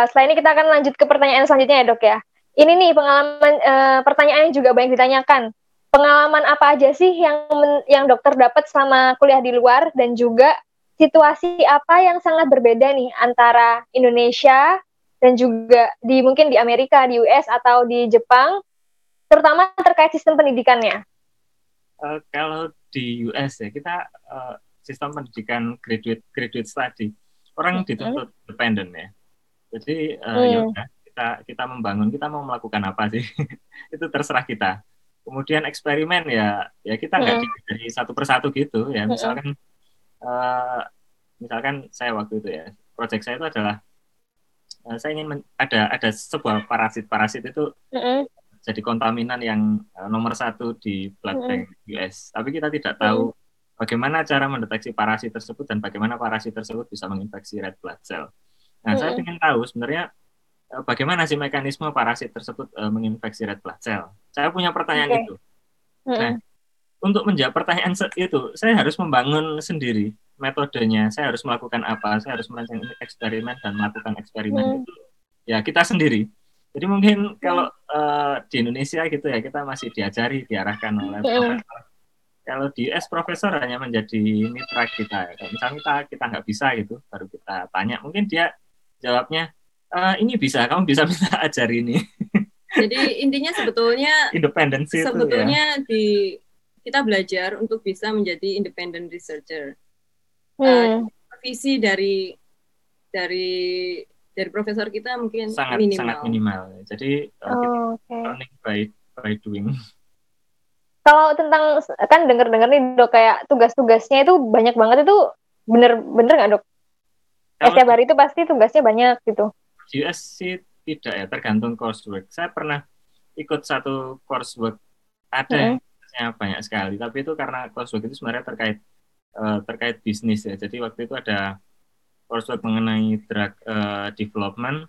setelah ini kita akan lanjut ke pertanyaan selanjutnya ya dok ya. Ini nih pengalaman, pertanyaannya juga banyak ditanyakan. Pengalaman apa aja sih yang dokter dapat selama kuliah di luar, dan juga situasi apa yang sangat berbeda nih antara Indonesia dan juga mungkin di Amerika, di US atau di Jepang, terutama terkait sistem pendidikannya. Kalau di US ya kita sistem pendidikan graduate study, orang dituntut independen ya. Jadi ya udah kita membangun, kita mau melakukan apa sih itu terserah kita. Kemudian eksperimen ya kita nggak dari satu persatu gitu ya. Misalkan saya waktu itu ya, proyek saya itu adalah saya ingin ada sebuah parasit itu jadi kontaminan yang nomor 1 di blood bank US. Tapi kita tidak tahu bagaimana cara mendeteksi parasit tersebut dan bagaimana parasit tersebut bisa menginfeksi red blood cell. Nah, saya ingin tahu sebenarnya bagaimana sih mekanisme parasit tersebut menginfeksi red blood cell. Saya punya pertanyaan itu. Nah, untuk menjawab pertanyaan itu, saya harus membangun sendiri metodenya. Saya harus melakukan apa? Saya harus merancang eksperimen dan melakukan eksperimen itu ya kita sendiri. Jadi mungkin kalau di Indonesia gitu ya, kita masih diarahkan oleh profesor. Kalau di US profesor hanya menjadi mitra kita. Kalau misalnya kita nggak bisa gitu, baru kita tanya. Mungkin dia jawabnya, ini bisa, kamu bisa ajari ini. Jadi intinya sebetulnya independensi sebetulnya itu ya. Kita belajar untuk bisa menjadi independent researcher. Visi dari profesor kita mungkin sangat minimal. Jadi kita learning by doing. Kalau tentang, kan denger nih dok, kayak tugas-tugasnya itu banyak banget, itu bener nggak dok? Setiap hari itu pasti tugasnya banyak gitu. Di US sih tidak ya, tergantung coursework. Saya pernah ikut satu coursework, ada yang banyak sekali, tapi itu karena coursework itu sebenarnya terkait bisnis ya. Jadi waktu itu ada coursework mengenai drug development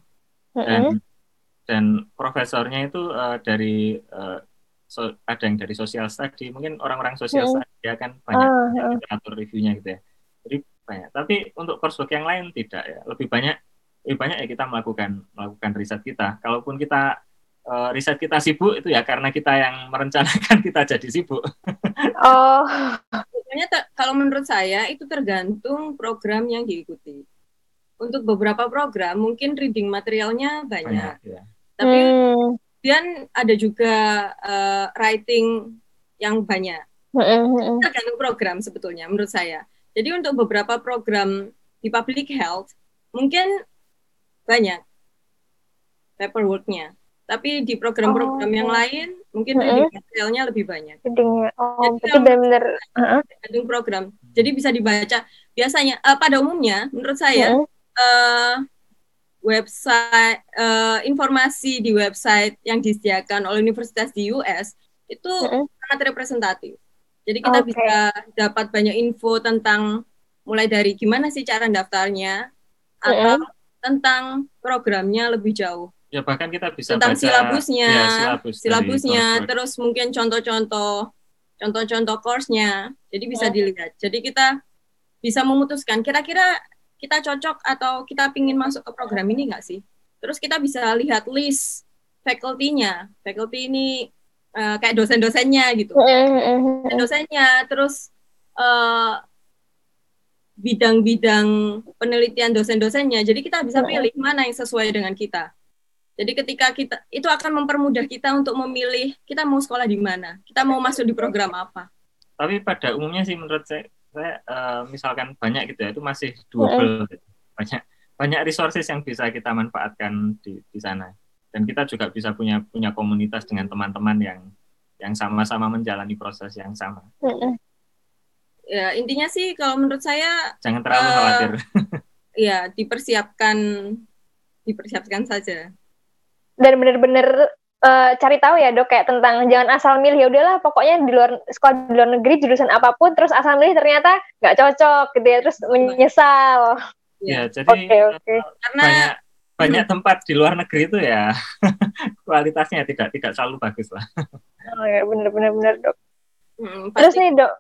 dan profesornya itu dari ada yang dari social study, mungkin orang-orang social study dia kan banyak literatur reviewnya gitu ya. Jadi banyak. Tapi untuk coursework yang lain tidak ya. Lebih banyak ya kita melakukan riset kita. Kalaupun kita riset kita sibuk itu ya karena kita yang merencanakan kita jadi sibuk. Pokoknya kalau menurut saya itu tergantung program yang diikuti. Untuk beberapa program mungkin reading materialnya banyak ya. Tapi kemudian ada juga writing yang banyak. Tergantung program sebetulnya menurut saya. Jadi untuk beberapa program di public health mungkin banyak paperwork-nya. Tapi di program-program yang lain mungkin reading materialnya lebih banyak. Jadi benar-benar tergantung program. Jadi bisa dibaca. Biasanya pada umumnya menurut saya website informasi di website yang disediakan oleh universitas di US itu sangat representatif. Jadi kita bisa dapat banyak info tentang mulai dari gimana sih cara daftarnya atau tentang programnya lebih jauh. Ya bahkan kita bisa tentang baca silabusnya, terus mungkin contoh-contoh course-nya. Jadi bisa dilihat. Jadi kita bisa memutuskan kira-kira kita cocok atau kita pingin masuk ke program ini nggak sih? Terus kita bisa lihat list faculty-nya. Faculty ini kayak dosen-dosennya gitu. Dosennya, terus bidang-bidang penelitian dosen-dosennya. Jadi kita bisa pilih mana yang sesuai dengan kita. Jadi ketika kita, itu akan mempermudah kita untuk memilih kita mau sekolah di mana, kita mau masuk di program apa. Tapi pada umumnya sih menurut saya misalkan banyak gitu ya, itu masih doable. Banyak resources yang bisa kita manfaatkan di sana. Dan kita juga bisa punya komunitas dengan teman-teman yang sama-sama menjalani proses yang sama. Ya, intinya sih kalau menurut saya jangan terlalu khawatir. Ya, dipersiapkan saja. Dan benar-benar cari tahu ya dok, kayak tentang jangan asal milih, ya udahlah pokoknya di luar negeri jurusan apapun terus asal milih ternyata nggak cocok gitu ya, terus menyesal. Ya, jadi karena banyak tempat di luar negeri itu ya kualitasnya tidak selalu bagus lah. Oh ya, benar dok. Terus nih dok,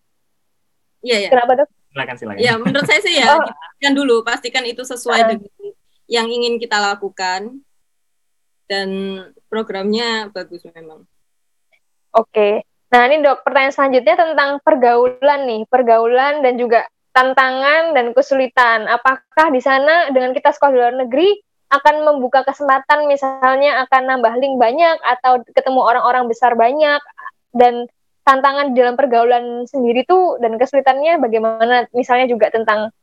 Iya. Kenapa dok? Silakan. Ya menurut saya sih ya pastikan itu sesuai dengan yang ingin kita lakukan, dan programnya bagus memang. Oke. Nah, ini Dok, pertanyaan selanjutnya tentang pergaulan nih, pergaulan dan juga tantangan dan kesulitan. Apakah di sana dengan kita sekolah di luar negeri akan membuka kesempatan misalnya akan nambah link banyak atau ketemu orang-orang besar banyak, dan tantangan di dalam pergaulan sendiri tuh dan kesulitannya bagaimana, misalnya juga tentang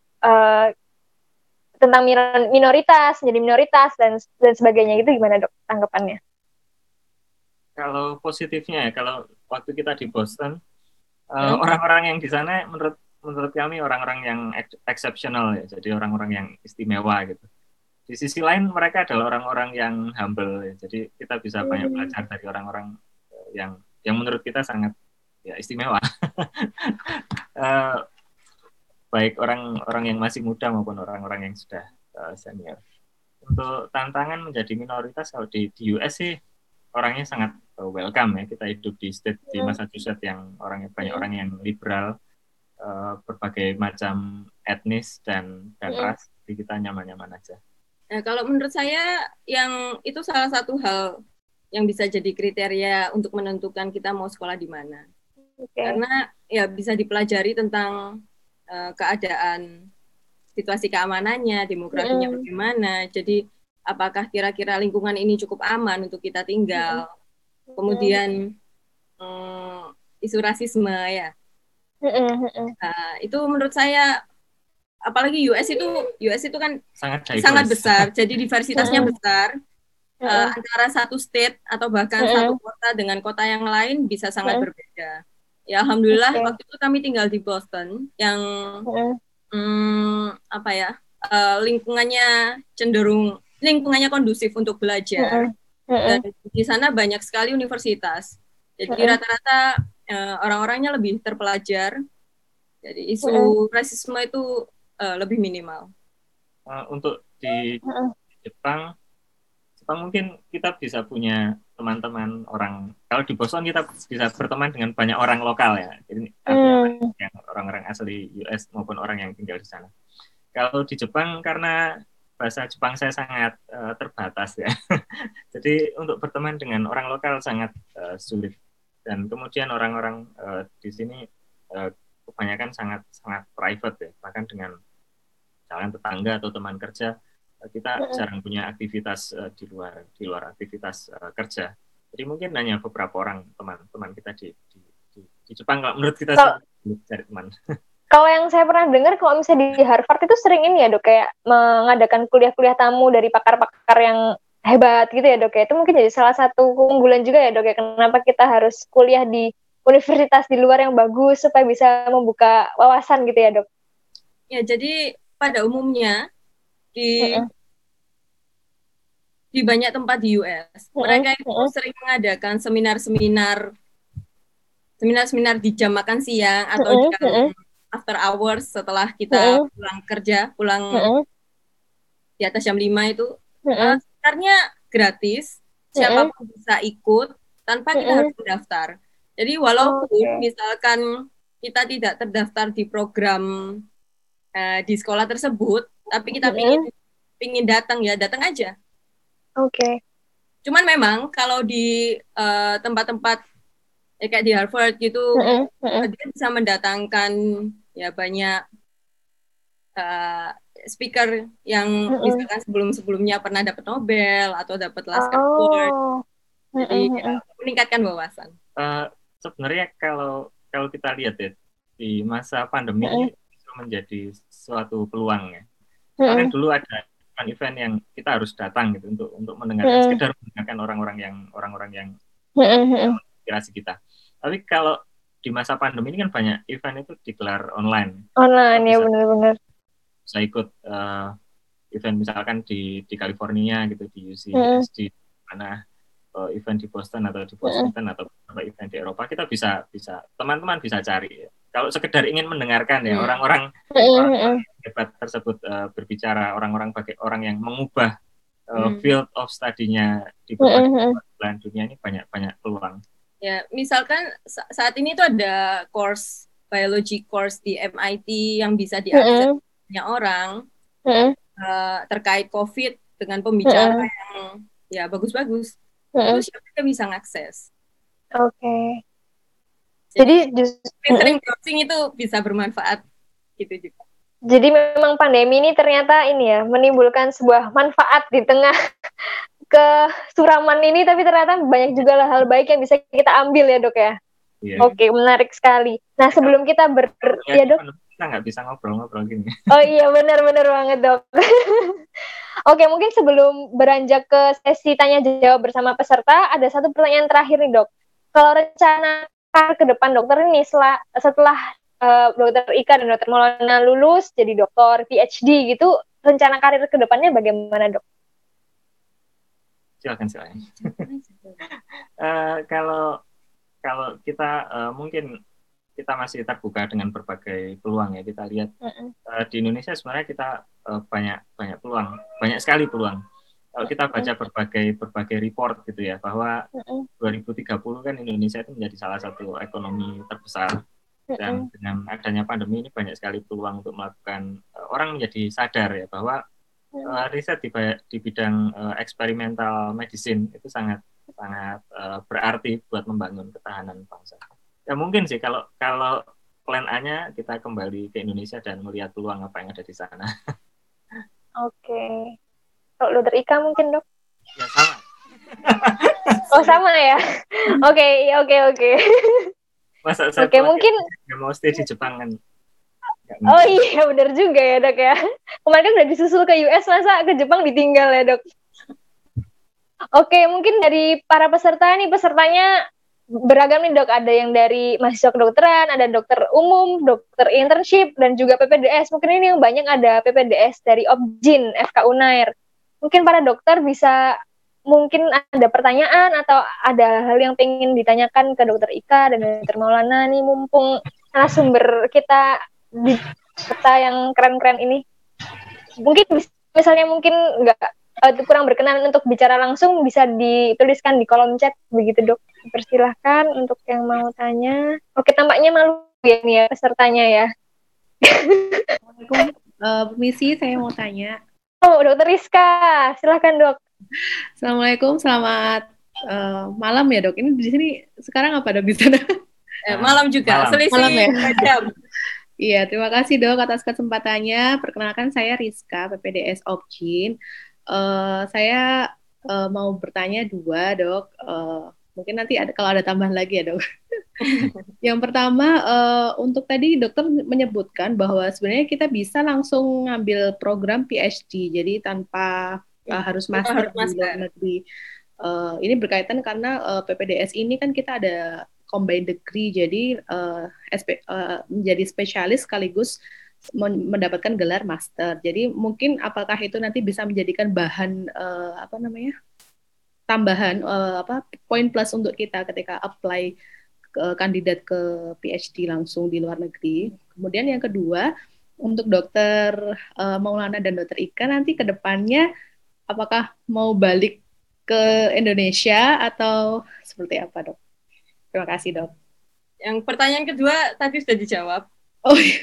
tentang minoritas, jadi minoritas dan sebagainya, itu gimana Dok tanggapannya? Kalau positifnya ya, kalau waktu kita di Boston, orang-orang yang di sana menurut kami orang-orang yang exceptional ya, jadi orang-orang yang istimewa gitu. Di sisi lain mereka adalah orang-orang yang humble ya, jadi kita bisa banyak belajar dari orang-orang yang menurut kita sangat ya istimewa. Baik orang-orang yang masih muda maupun orang-orang yang sudah senior. Untuk tantangan menjadi minoritas kalau di US sih orangnya sangat welcome ya. Kita hidup di state di Massachusetts yang orangnya banyak orang yang liberal, berbagai macam etnis dan ras, jadi kita nyaman-nyaman aja. Nah, kalau menurut saya yang itu salah satu hal yang bisa jadi kriteria untuk menentukan kita mau sekolah di mana. Karena ya bisa dipelajari tentang keadaan situasi keamanannya, demografinya bagaimana. Jadi apakah kira-kira lingkungan ini cukup aman untuk kita tinggal. Kemudian isu rasisme ya. Itu menurut saya, apalagi US itu kan sangat besar, jadi diversitasnya besar. Antara satu state atau bahkan satu kota dengan kota yang lain bisa sangat berbeda. Ya alhamdulillah waktu itu kami tinggal di Boston yang lingkungannya kondusif untuk belajar. Dan di sana banyak sekali universitas. Jadi rata-rata orang-orangnya lebih terpelajar. Jadi isu rasisme itu lebih minimal. Untuk di Jepang mungkin kita bisa punya teman-teman orang. Kalau di Boston kita bisa berteman dengan banyak orang lokal ya. Jadi yang orang-orang asli US maupun orang yang tinggal di sana. Kalau di Jepang karena bahasa Jepang saya sangat terbatas ya. Jadi untuk berteman dengan orang lokal sangat sulit. Dan kemudian orang-orang di sini kebanyakan sangat private ya. Bahkan dengan jalan tetangga atau teman kerja kita jarang punya aktivitas di luar aktivitas kerja. Jadi mungkin hanya beberapa orang teman-teman kita di Jepang. Kalau menurut kita cari teman. Kalau yang saya pernah dengar, kalau misalnya di Harvard itu sering ini ya Dok, kayak mengadakan kuliah-kuliah tamu dari pakar-pakar yang hebat gitu ya Dok ya. Itu mungkin jadi salah satu keunggulan juga ya Dok ya, kenapa kita harus kuliah di universitas di luar yang bagus supaya bisa membuka wawasan gitu ya Dok. Ya, jadi pada umumnya di banyak tempat di US, mereka itu sering mengadakan seminar-seminar di jam makan siang atau jam after hours setelah kita pulang di atas jam 5 itu. Sebenarnya gratis, siapapun bisa ikut tanpa kita harus mendaftar. Jadi walaupun misalkan kita tidak terdaftar di program di sekolah tersebut, tapi kita pingin datang aja. Cuman memang kalau di tempat-tempat kayak di Harvard gitu, dia bisa mendatangkan ya banyak speaker yang misalkan sebelumnya pernah dapat Nobel atau dapat Lasker Award. Jadi meningkatkan wawasan. Sebenarnya kalau kita lihat ya di masa pandemi ini menjadi suatu peluang ya. Karena dulu ada event yang kita harus datang gitu untuk mendengarkan, sekedar mendengarkan orang-orang yang inspirasi kita. Tapi kalau di masa pandemi ini kan banyak event itu digelar online. Ya benar-benar. Bisa ikut event misalkan di California gitu, di UC, di mana event di Boston atau di Washington atau beberapa event di Eropa, kita bisa teman-teman bisa cari ya. Kalau sekedar ingin mendengarkan ya orang-orang hebat tersebut berbicara, orang-orang yang mengubah field of study-nya di berbagai belahan dunia, ini banyak peluang. Ya, misalkan saat ini tuh ada biology course di MIT yang bisa diakses banyak orang. terkait COVID dengan pembicara yang ya bagus-bagus, itu siapa bisa ngakses. Oke. Jadi sering browsing itu bisa bermanfaat gitu juga. Jadi memang pandemi ini ternyata ini ya menimbulkan sebuah manfaat di tengah kesuraman ini, tapi ternyata banyak juga hal baik yang bisa kita ambil ya dok ya. Iya. Oke, menarik sekali. Nah sebelum kita ya dok, kita nggak bisa ngobrol-ngobrol gini. Oh iya benar-benar banget dok. Oke, mungkin sebelum beranjak ke sesi tanya jawab bersama peserta, ada satu pertanyaan terakhir nih dok. Kalau rencana ke depan dokter ini setelah dokter Ika dan dokter Maulana lulus jadi dokter PhD gitu, rencana karir ke depannya bagaimana dok? Silakan. Kalau kita mungkin kita masih terbuka dengan berbagai peluang ya. Kita lihat di Indonesia sebenarnya kita banyak peluang, banyak sekali peluang. Kalau kita baca berbagai report gitu ya, bahwa 2030 kan Indonesia itu menjadi salah satu ekonomi terbesar, dan dengan adanya pandemi ini banyak sekali peluang untuk melakukan, orang menjadi sadar ya bahwa riset di bidang eksperimental medicine itu sangat berarti buat membangun ketahanan bangsa. Ya mungkin sih kalau plan A-nya kita kembali ke Indonesia dan melihat peluang apa yang ada di sana. Oke. Kalau dokter Ika mungkin dok? Ya sama. Oh sama ya. Oke. Masa saya mungkin nggak mau stay di Jepang kan? Oh iya benar juga ya dok ya. Kemarin kan udah disusul ke US, masa ke Jepang ditinggal ya dok. Oke, mungkin dari para peserta nih, pesertanya beragam nih dok. Ada yang dari mahasiswa kedokteran, ada dokter umum, dokter internship, dan juga PPDS. Mungkin ini yang banyak ada PPDS dari Objin, FK Unair. Mungkin para dokter bisa, mungkin ada pertanyaan atau ada hal yang pengen ditanyakan ke dokter Ika dan dokter Maulana nih, mumpung narasumber kita di kota yang keren-keren ini. Mungkin misalnya mungkin nggak kurang berkenan untuk bicara langsung, bisa dituliskan di kolom chat begitu dok. Persilahkan untuk yang mau tanya. Oke, tampaknya malu ya nih ya pesertanya ya. Assalamualaikum, permisi, saya mau tanya. Oh, dokter Rizka, silahkan dok. Assalamualaikum, selamat malam ya dok. Ini di sini sekarang apa dok di sana? Malam juga, selisih malam ya. jam. Iya, terima kasih dok atas kesempatannya. Perkenalkan saya Rizka, PPDS Objin. Saya mau bertanya dua dok. Mungkin nanti kalau ada tambahan lagi ya dok. Yang pertama, untuk tadi dokter menyebutkan bahwa sebenarnya kita bisa langsung ngambil program PhD, jadi tanpa harus master di luar negeri. Ini berkaitan karena PPDS ini kan kita ada combined degree, jadi menjadi spesialis sekaligus mendapatkan gelar master. Jadi mungkin apakah itu nanti bisa menjadikan bahan tambahan poin plus untuk kita ketika apply kandidat ke PhD langsung di luar negeri. Kemudian yang kedua, untuk dokter Maulana dan dokter Ika nanti ke depannya apakah mau balik ke Indonesia atau seperti apa dok? Terima kasih dok. Yang pertanyaan kedua tadi sudah dijawab. Oh iya.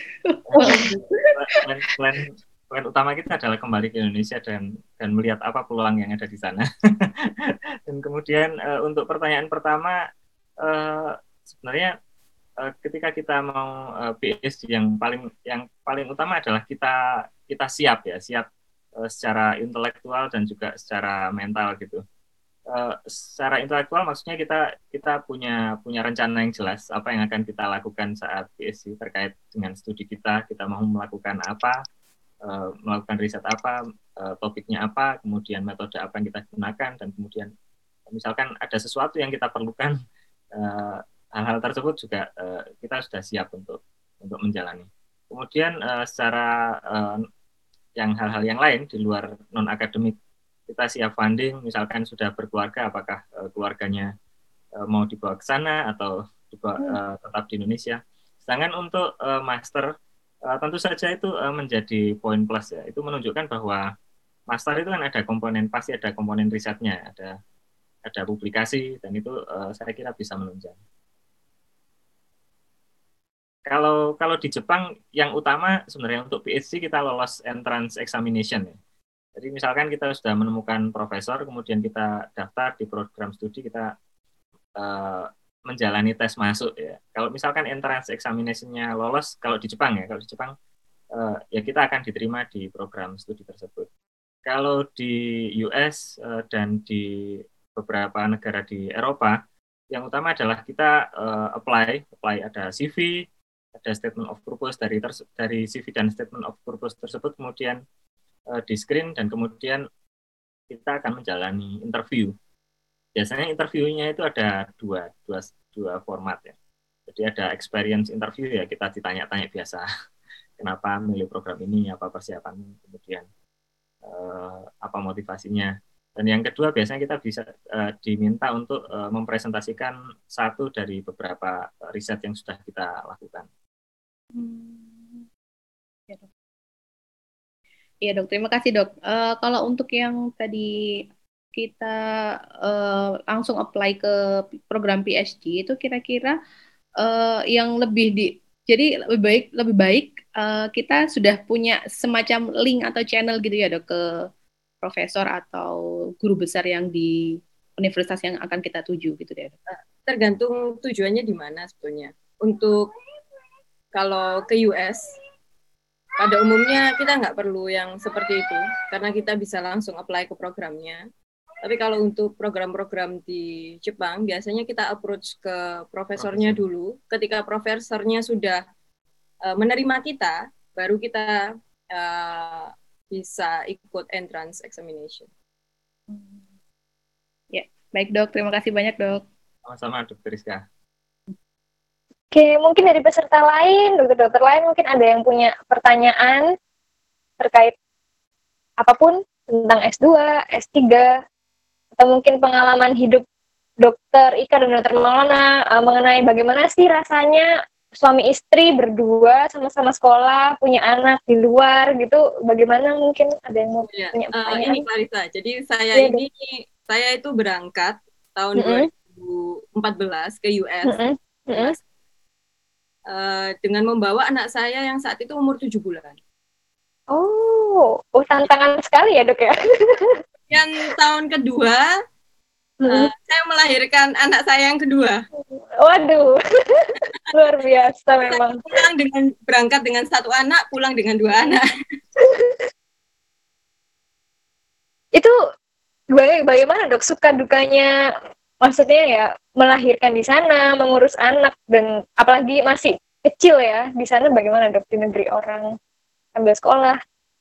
Plan utama kita adalah kembali ke Indonesia dan melihat apa peluang yang ada di sana. Dan kemudian untuk pertanyaan pertama, sebenarnya ketika kita mau PhD yang paling utama adalah kita siap secara intelektual dan juga secara mental gitu. Secara intelektual maksudnya kita punya rencana yang jelas apa yang akan kita lakukan saat PhD terkait dengan studi kita mau melakukan apa, melakukan riset apa, topiknya apa, kemudian metode apa yang kita gunakan, dan kemudian misalkan ada sesuatu yang kita perlukan, hal-hal tersebut juga kita sudah siap untuk menjalani. Kemudian secara yang hal-hal yang lain di luar non akademik, kita siap funding, misalkan sudah berkeluarga, apakah keluarganya mau dibawa ke sana atau tetap di Indonesia. Sedangkan untuk master, tentu saja itu menjadi poin plus ya. Itu menunjukkan bahwa master itu kan pasti ada komponen risetnya, ada publikasi, dan itu saya kira bisa menunjang. Kalau di Jepang yang utama sebenarnya untuk PhD kita lolos entrance examination ya. Jadi misalkan kita sudah menemukan profesor, kemudian kita daftar di program studi, kita menjalani tes masuk ya. Kalau misalkan entrance examination-nya lolos, kalau di Jepang ya kita akan diterima di program studi tersebut. Kalau di US dan di beberapa negara di Eropa, yang utama adalah kita apply ada CV, ada statement of purpose dari CV dan statement of purpose tersebut, kemudian di screen dan kemudian kita akan menjalani interview. Biasanya interviewnya itu ada dua format ya. Jadi ada experience interview ya, kita ditanya-tanya biasa. Kenapa memilih program ini, apa persiapannya, kemudian apa motivasinya. Dan yang kedua biasanya kita bisa diminta untuk mempresentasikan satu dari beberapa riset yang sudah kita lakukan. Ya, Dok. Iya Dok, terima kasih Dok. Kalau untuk yang tadi kita langsung apply ke program PhD itu kira-kira yang jadi lebih baik kita sudah punya semacam link atau channel gitu ya Dok ke profesor atau guru besar yang di universitas yang akan kita tuju gitu deh. Tergantung tujuannya di mana sebetulnya. Untuk kalau ke US, pada umumnya kita nggak perlu yang seperti itu, karena kita bisa langsung apply ke programnya. Tapi kalau untuk program-program di Jepang, biasanya kita approach ke profesornya dulu. Ketika profesornya sudah menerima kita, baru kita bisa ikut entrance examination. Ya, baik Dok. Terima kasih banyak Dok. Sama-sama Dr. Rizka. Oke, mungkin dari peserta lain, dokter-dokter lain mungkin ada yang punya pertanyaan terkait apapun tentang S2, S3, atau mungkin pengalaman hidup Dokter Ika dan Dokter Maulana mengenai bagaimana sih rasanya suami istri berdua sama-sama sekolah, punya anak di luar gitu, bagaimana mungkin ada yang mau punya pertanyaan? Ini Clarissa, jadi saya itu berangkat tahun 2014 ke US, dengan membawa anak saya yang saat itu umur 7 bulan. Oh, tantangan sekali ya Dok ya? Yang tahun kedua, saya melahirkan anak saya yang kedua. Waduh, luar biasa memang. Berangkat dengan satu anak, pulang dengan 2 anak. Itu bagaimana Dok, suka dukanya, maksudnya ya melahirkan di sana, mengurus anak, dan apalagi masih kecil ya, di sana bagaimana Dok, di negeri orang ambil sekolah?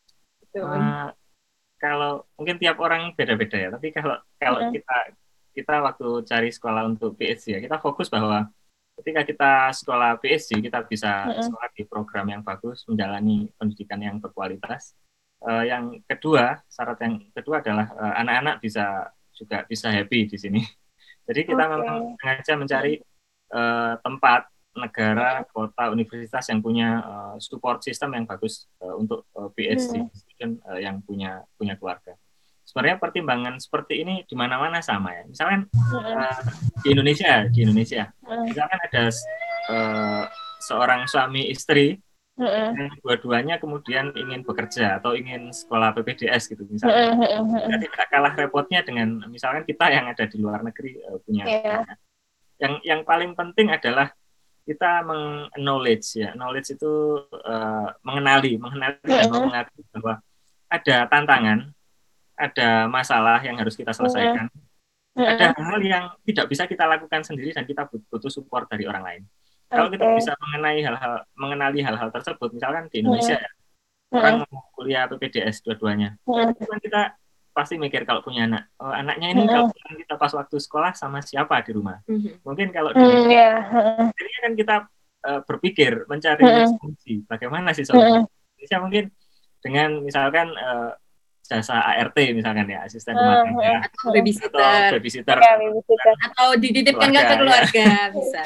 Kalau mungkin tiap orang beda-beda ya, tapi kalau kita waktu cari sekolah untuk PhD ya, kita fokus bahwa ketika kita sekolah PhD kita bisa sekolah di program yang bagus, menjalani pendidikan yang berkualitas. Yang kedua, syarat yang kedua adalah anak-anak juga bisa happy di sini. Jadi kita memang sengaja mencari tempat, negara, kota, universitas yang punya support system yang bagus untuk PhD student yang punya keluarga. Sebenarnya pertimbangan seperti ini di mana-mana sama ya. Misalkan di Indonesia, misalkan ada seorang suami istri yang dua-duanya kemudian ingin bekerja atau ingin sekolah PPDS gitu misalnya. Kita tidak kalah repotnya dengan misalkan kita yang ada di luar negeri punya. Yang paling penting adalah kita knowledge ya. Knowledge itu mengenali dan mengakui bahwa ada tantangan, ada masalah yang harus kita selesaikan. Ada hal yang tidak bisa kita lakukan sendiri dan kita butuh support dari orang lain. Kalau kita bisa mengenali hal-hal tersebut, misalkan di Indonesia ya, orang mau kuliah PPDS dua-duanya, kan kita pasti mikir kalau punya anak, anaknya ini kalau kita pas waktu sekolah sama siapa di rumah. Mungkin kalau di Indonesia kan kita berpikir mencari solusi, bagaimana sih solusi. Indonesia mungkin dengan misalkan jasa ART misalkan ya, asisten rumah tangga atau babysitter atau dititipkan ke keluarga bisa.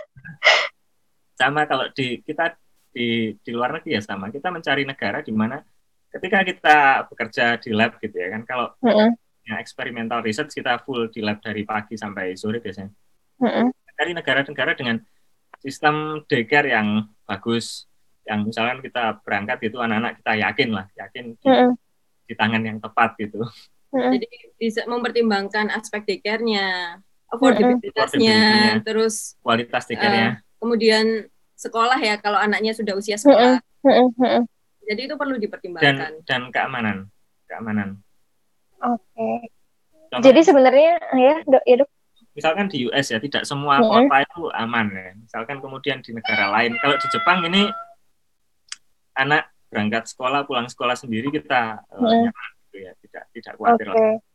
Sama kalau kita di luar negeri ya sama, kita mencari negara di mana ketika kita bekerja di lab gitu ya kan, kalau eksperimental research kita full di lab dari pagi sampai sore biasanya. Dari negara-negara dengan sistem daycare yang bagus, yang misalkan kita berangkat gitu anak-anak kita yakin di tangan yang tepat gitu. Jadi bisa mempertimbangkan aspek daycare-nya, affordability-nya, terus kualitas daycare-nya. Kemudian sekolah ya kalau anaknya sudah usia sekolah. Jadi itu perlu dipertimbangkan. Dan keamanan. Oke. Jadi sebenarnya ya Dok. Misalkan di US ya tidak semua kota itu aman ya. Misalkan kemudian di negara lain, kalau di Jepang ini anak berangkat sekolah pulang sekolah sendiri kita nyaman gitu ya, tidak khawatir.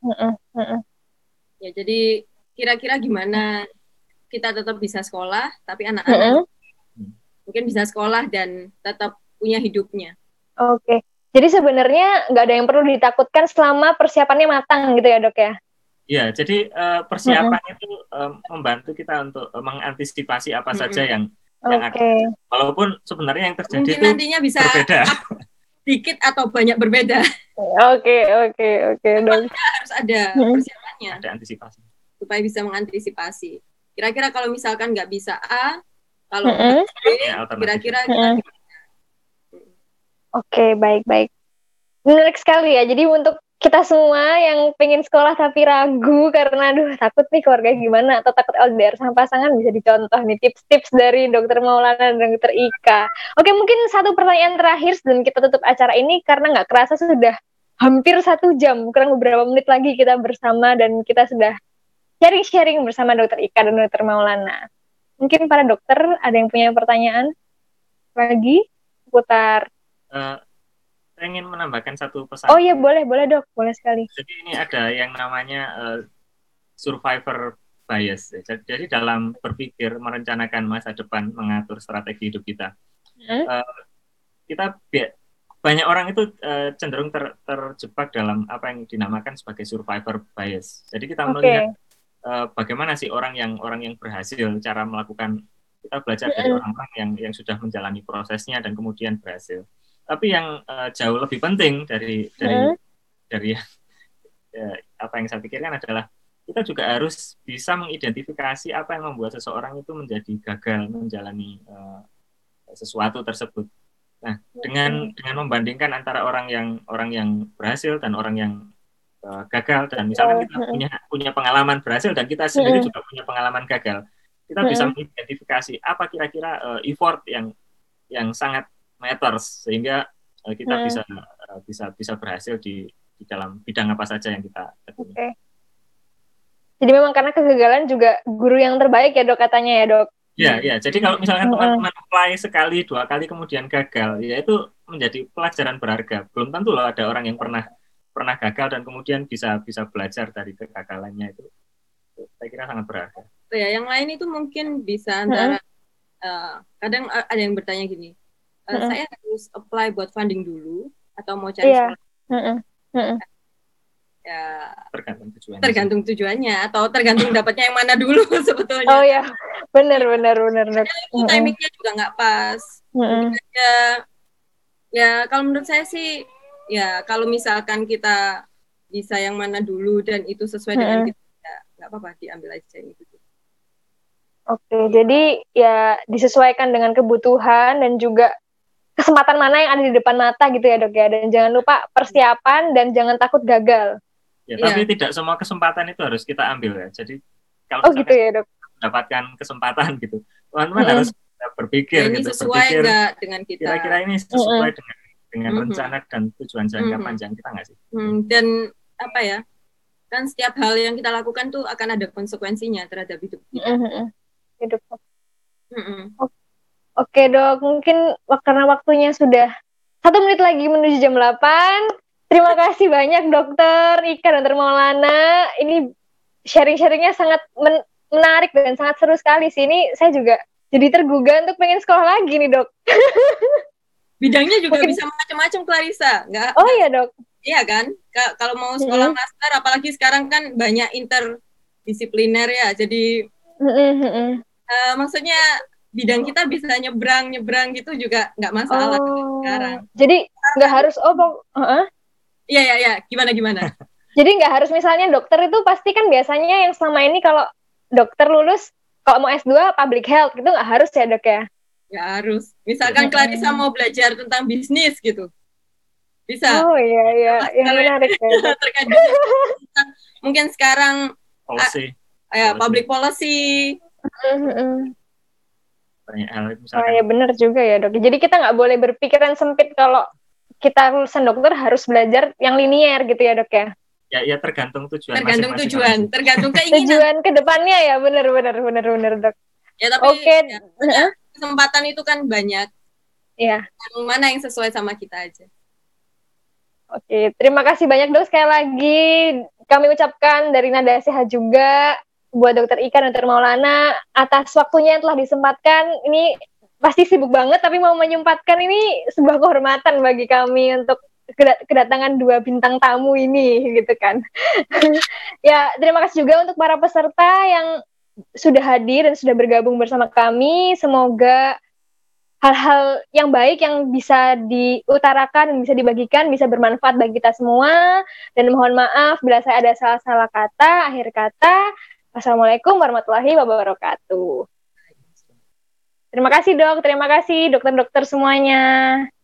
Ya jadi kira-kira gimana kita tetap bisa sekolah tapi anak-anak mungkin bisa sekolah dan tetap punya hidupnya. Oke. Jadi sebenarnya nggak ada yang perlu ditakutkan selama persiapannya matang gitu ya Dok ya? Iya, jadi persiapan itu membantu kita untuk mengantisipasi apa saja yang akan. Walaupun sebenarnya yang terjadi mungkin itu nantinya bisa berbeda. Sedikit atau banyak berbeda. Oke, Dok. Harus ada persiapannya. Ada antisipasi. Supaya bisa mengantisipasi. Kira-kira kalau misalkan nggak bisa A, kalau B, kira-kira kita Oke, baik. Menarik sekali ya. Jadi untuk kita semua yang pengen sekolah tapi ragu karena takut nih keluarga gimana atau takut LDR sama pasangan, bisa dicontoh nih tips-tips dari Dokter Maulana dan Dokter Ika. Oke, mungkin satu pertanyaan terakhir dan kita tutup acara ini karena nggak kerasa sudah hampir 1 jam, kurang beberapa menit lagi kita bersama dan kita sudah sharing-sharing bersama Dokter Ika dan Dokter Maulana. Mungkin para dokter ada yang punya pertanyaan lagi seputar saya ingin menambahkan satu pesan. Oh iya, boleh Dok, boleh sekali. Jadi ini ada yang namanya survivor bias. Jadi dalam berpikir, merencanakan masa depan, mengatur strategi hidup kita, kita banyak orang itu cenderung terjebak dalam apa yang dinamakan sebagai survivor bias. Jadi kita melihat bagaimana sih orang yang berhasil, cara melakukan, kita belajar dari orang-orang yang sudah menjalani prosesnya dan kemudian berhasil. Tapi yang jauh lebih penting dari apa yang saya pikirkan adalah kita juga harus bisa mengidentifikasi apa yang membuat seseorang itu menjadi gagal menjalani sesuatu tersebut. Nah, dengan membandingkan antara orang yang berhasil dan orang yang gagal, dan misalkan kita punya pengalaman berhasil dan kita sendiri juga punya pengalaman gagal, kita bisa mengidentifikasi apa kira-kira effort yang sangat matters sehingga kita bisa berhasil di dalam bidang apa saja yang kita tekuni. Jadi memang karena kegagalan juga guru yang terbaik ya Dok katanya ya Dok. Ya. Jadi kalau misalkan teman-teman apply sekali 2 kali kemudian gagal, ya itu menjadi pelajaran berharga. Belum tentu loh ada orang yang pernah gagal dan kemudian bisa belajar dari kegagalannya itu. Saya kira sangat berharga. Ya, yang lain itu mungkin bisa antara kadang ada yang bertanya gini. Saya harus apply buat funding dulu atau mau cari sekolah? Ya, tergantung tujuannya atau tergantung dapatnya yang mana dulu sebetulnya. Oh ya, benar. Timingnya juga nggak pas. Ya kalau menurut saya sih, ya kalau misalkan kita bisa yang mana dulu dan itu sesuai dengan kita, ya nggak apa-apa, diambil aja yang itu. Oke, jadi ya disesuaikan dengan kebutuhan dan juga kesempatan mana yang ada di depan mata gitu ya Dok ya, dan jangan lupa persiapan dan jangan takut gagal. Ya, tapi tidak semua kesempatan itu harus kita ambil ya. Jadi kalau gitu ya Dok, mendapatkan kesempatan gitu, teman-teman harus berpikir ini gitu, sesuai nggak dengan kita? Kira-kira ini sesuai dengan rencana dan tujuan jangka panjang kita nggak sih? Dan apa ya? Kan setiap hal yang kita lakukan tuh akan ada konsekuensinya terhadap hidup kita. Oke Dok, mungkin karena waktunya sudah 1 menit lagi menuju jam 8. Terima kasih banyak Dokter Ika dan Dokter Maulana. Ini sharing-sharingnya sangat menarik dan sangat seru sekali sih. Ini saya juga jadi tergugah untuk pengen sekolah lagi nih Dok. Bidangnya juga bisa macam-macam Clarissa, nggak? Oh iya Dok. Iya kan? Kalau mau sekolah master, apalagi sekarang kan banyak interdisipliner ya. Jadi maksudnya bidang kita bisa nyebrang gitu juga nggak masalah sekarang. Jadi nggak harus Iya, gimana? Jadi nggak harus misalnya dokter itu pasti kan biasanya yang selama ini kalau dokter lulus kalau mau S2 public health gitu nggak harus ya dok ya? Ya harus. Misalkan Clarissa mau belajar tentang bisnis gitu, bisa. Oh iya, yang menarik ya. Terkait mungkin sekarang policy. Public policy. Banyak hal misalkan. Oh ya benar juga ya dok. Jadi kita nggak boleh berpikiran sempit kalau kita lulusan dokter harus belajar yang linier gitu ya dok ya? Ya tergantung tujuan. Tergantung tujuan, tergantung keinginan. Tujuan kedepannya ya benar dok. Ya tapi kesempatan itu kan banyak. Iya. Yang mana yang sesuai sama kita aja. Oke, terima kasih banyak dok sekali lagi. Kami ucapkan dari Nada Sehat juga buat Dokter Ika dan Dokter Maulana atas waktunya yang telah disempatkan. Ini pasti sibuk banget, tapi mau menyempatkan ini sebuah kehormatan bagi kami untuk kedatangan 2 bintang tamu ini, gitu kan. Ya, terima kasih juga untuk para peserta yang sudah hadir dan sudah bergabung bersama kami. Semoga hal-hal yang baik yang bisa diutarakan dan bisa dibagikan bisa bermanfaat bagi kita semua. Dan mohon maaf bila saya ada salah-salah kata, akhir kata. Assalamualaikum warahmatullahi wabarakatuh. Terima kasih dok, terima kasih dokter-dokter semuanya.